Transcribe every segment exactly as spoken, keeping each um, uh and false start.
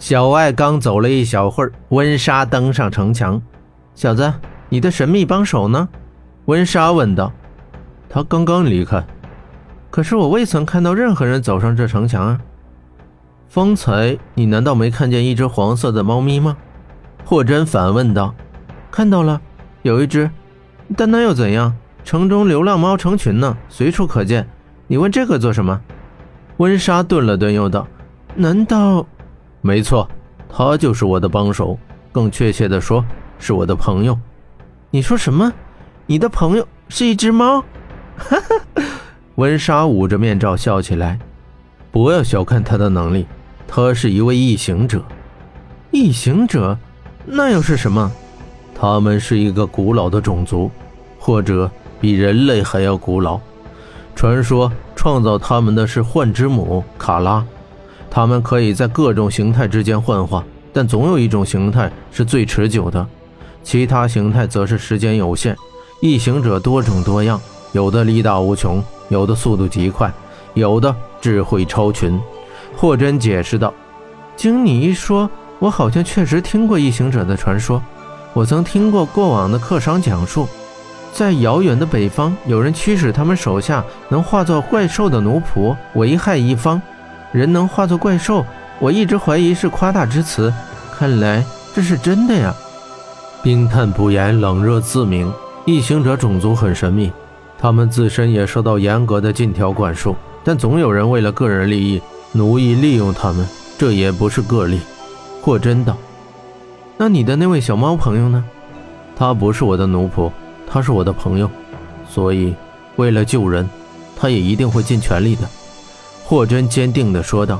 小艾刚走了一小会儿，温莎登上城墙。小子，你的神秘帮手呢？温莎问道。 他刚刚离开。 可是我未曾看到任何人走上这城墙啊。 方才你难道没看见一只黄色的猫咪吗？ 霍真反问道。看到了，有一只，但那又怎样？城中流浪猫成群呢，随处可见。你问这个做什么？ 温莎顿了顿又道， 难道…… 没错，他就是我的帮手，更确切地说是我的朋友。 你说什么？你的朋友是一只猫？ 哈哈，温莎捂着面罩笑起来。不要小看他的能力，他是一位异形者。 异形者？那又是什么？ 他们是一个古老的种族，或者比人类还要古老。传说创造他们的是幻之母卡拉，他们可以在各种形态之间幻化，但总有一种形态是最持久的，其他形态则是时间有限。异形者多种多样，有的力大无穷，有的速度极快，有的智慧超群。霍真解释道。 经你一说，我好像确实听过异形者的传说。我曾听过过往的客商讲述，在遥远的北方，有人驱使他们手下能化作怪兽的奴仆，危害一方。人能化作怪兽，我一直怀疑是夸大之词，看来这是真的呀。 冰炭不言，冷热自明。异形者种族很神秘，他们自身也受到严格的禁条管束，但总有人为了个人利益奴役利用他们，这也不是个例。霍真道。 那你的那位小猫朋友呢？ 他不是我的奴仆，他是我的朋友，所以为了救人，他也一定会尽全力的。霍真坚定地说道。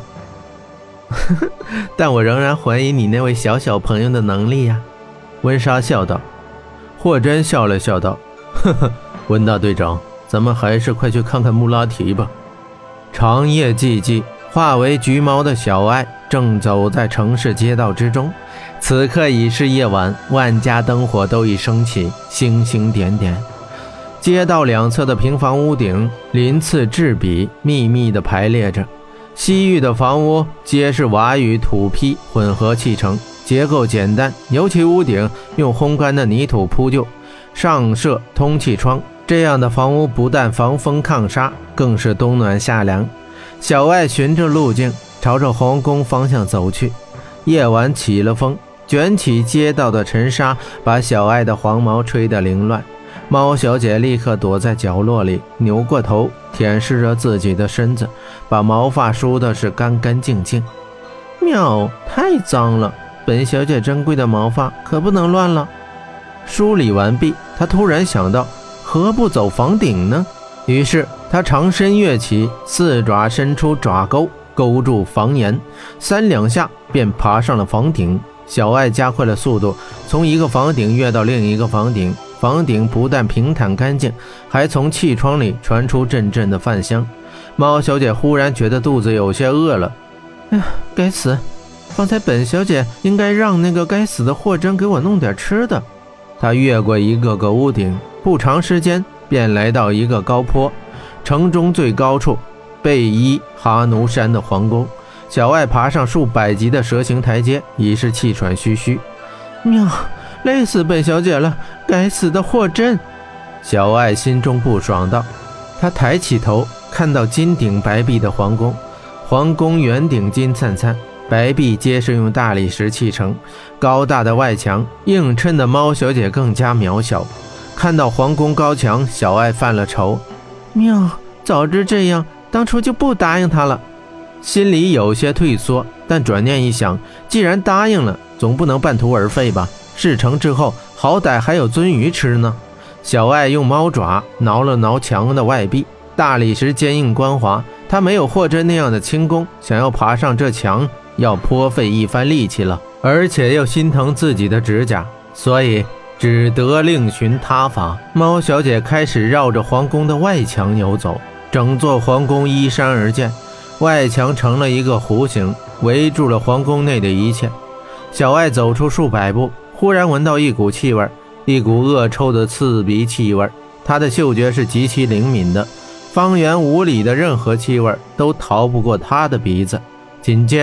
但我仍然怀疑你那位小小朋友的能力呀。 温莎笑道。霍真笑了笑道，呵呵，温大队长，咱们还是快去看看穆拉提吧。 长夜寂寂，化为橘猫的小艾正走在城市街道之中。此刻已是夜晚，万家灯火都已升起，星星点点。街道两侧的平房屋顶鳞次栉比，密密地排列着。西域的房屋皆是瓦与土坯混合砌成，结构简单，尤其屋顶用烘干的泥土铺就，上设通气窗。这样的房屋不但防风抗沙，更是冬暖夏凉。小艾循着路径朝着皇宫方向走去。夜晚起了风，卷起街道的尘沙，把小艾的黄毛吹得凌乱。猫小姐立刻躲在角落里，扭过头舔舐着自己的身子，把毛发梳的是干干净净。喵，太脏了，本小姐珍贵的毛发可不能乱了。梳理完毕，她突然想到，何不走房顶呢？于是她长身跃起，四爪伸出爪钩，勾住房檐，三两下便爬上了房顶。小艾加快了速度，从一个房顶跃到另一个房顶。房顶不但平坦干净，还从气窗里传出阵阵的饭香。猫小姐忽然觉得肚子有些饿了。哎呀，该死！方才本小姐应该让那个该死的霍真给我弄点吃的。她越过一个个屋顶，不长时间便来到一个高坡，城中最高处，贝伊哈奴山的皇宫。小艾爬上数百级的蛇形台阶，已是气喘吁吁。喵，累死本小姐了，该死的霍真！小艾心中不爽道。她抬起头，看到金顶白壁的皇宫，皇宫圆顶金灿灿，白壁皆是用大理石砌成，高大的外墙映衬的猫小姐更加渺小。看到皇宫高墙，小艾犯了愁。喵，早知这样，当初就不答应她了。心里有些退缩，但转念一想，既然答应了，总不能半途而废吧。事成之后，好歹还有鳟鱼吃呢。小艾用猫爪挠了挠墙的外壁，大理石坚硬光滑，他没有霍真那样的轻功，想要爬上这墙要颇费一番力气了，而且又心疼自己的指甲，所以只得另寻他法。猫小姐开始绕着皇宫的外墙游走，整座皇宫依山而建，外墙成了一个弧形，围住了皇宫内的一切。小艾走出数百步，忽然闻到一股气味，一股恶臭的刺鼻气味。他的嗅觉是极其灵敏的，方圆五里的任何气味都逃不过他的鼻子。紧接着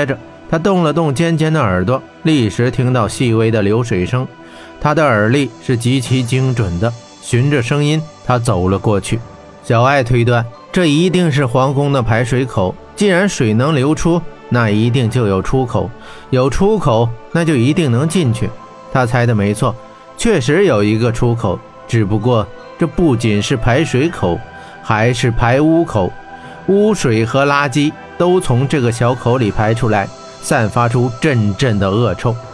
他动了动尖尖的耳朵，立时听到细微的流水声。他的耳力是极其精准的，循着声音，他走了过去。小艾推断，这一定是皇宫的排水口，既然水能流出，那一定就有出口，有出口，那就一定能进去。他猜的没错，确实有一个出口，只不过这不仅是排水口，还是排污口，污水和垃圾都从这个小口里排出来，散发出阵阵的恶臭。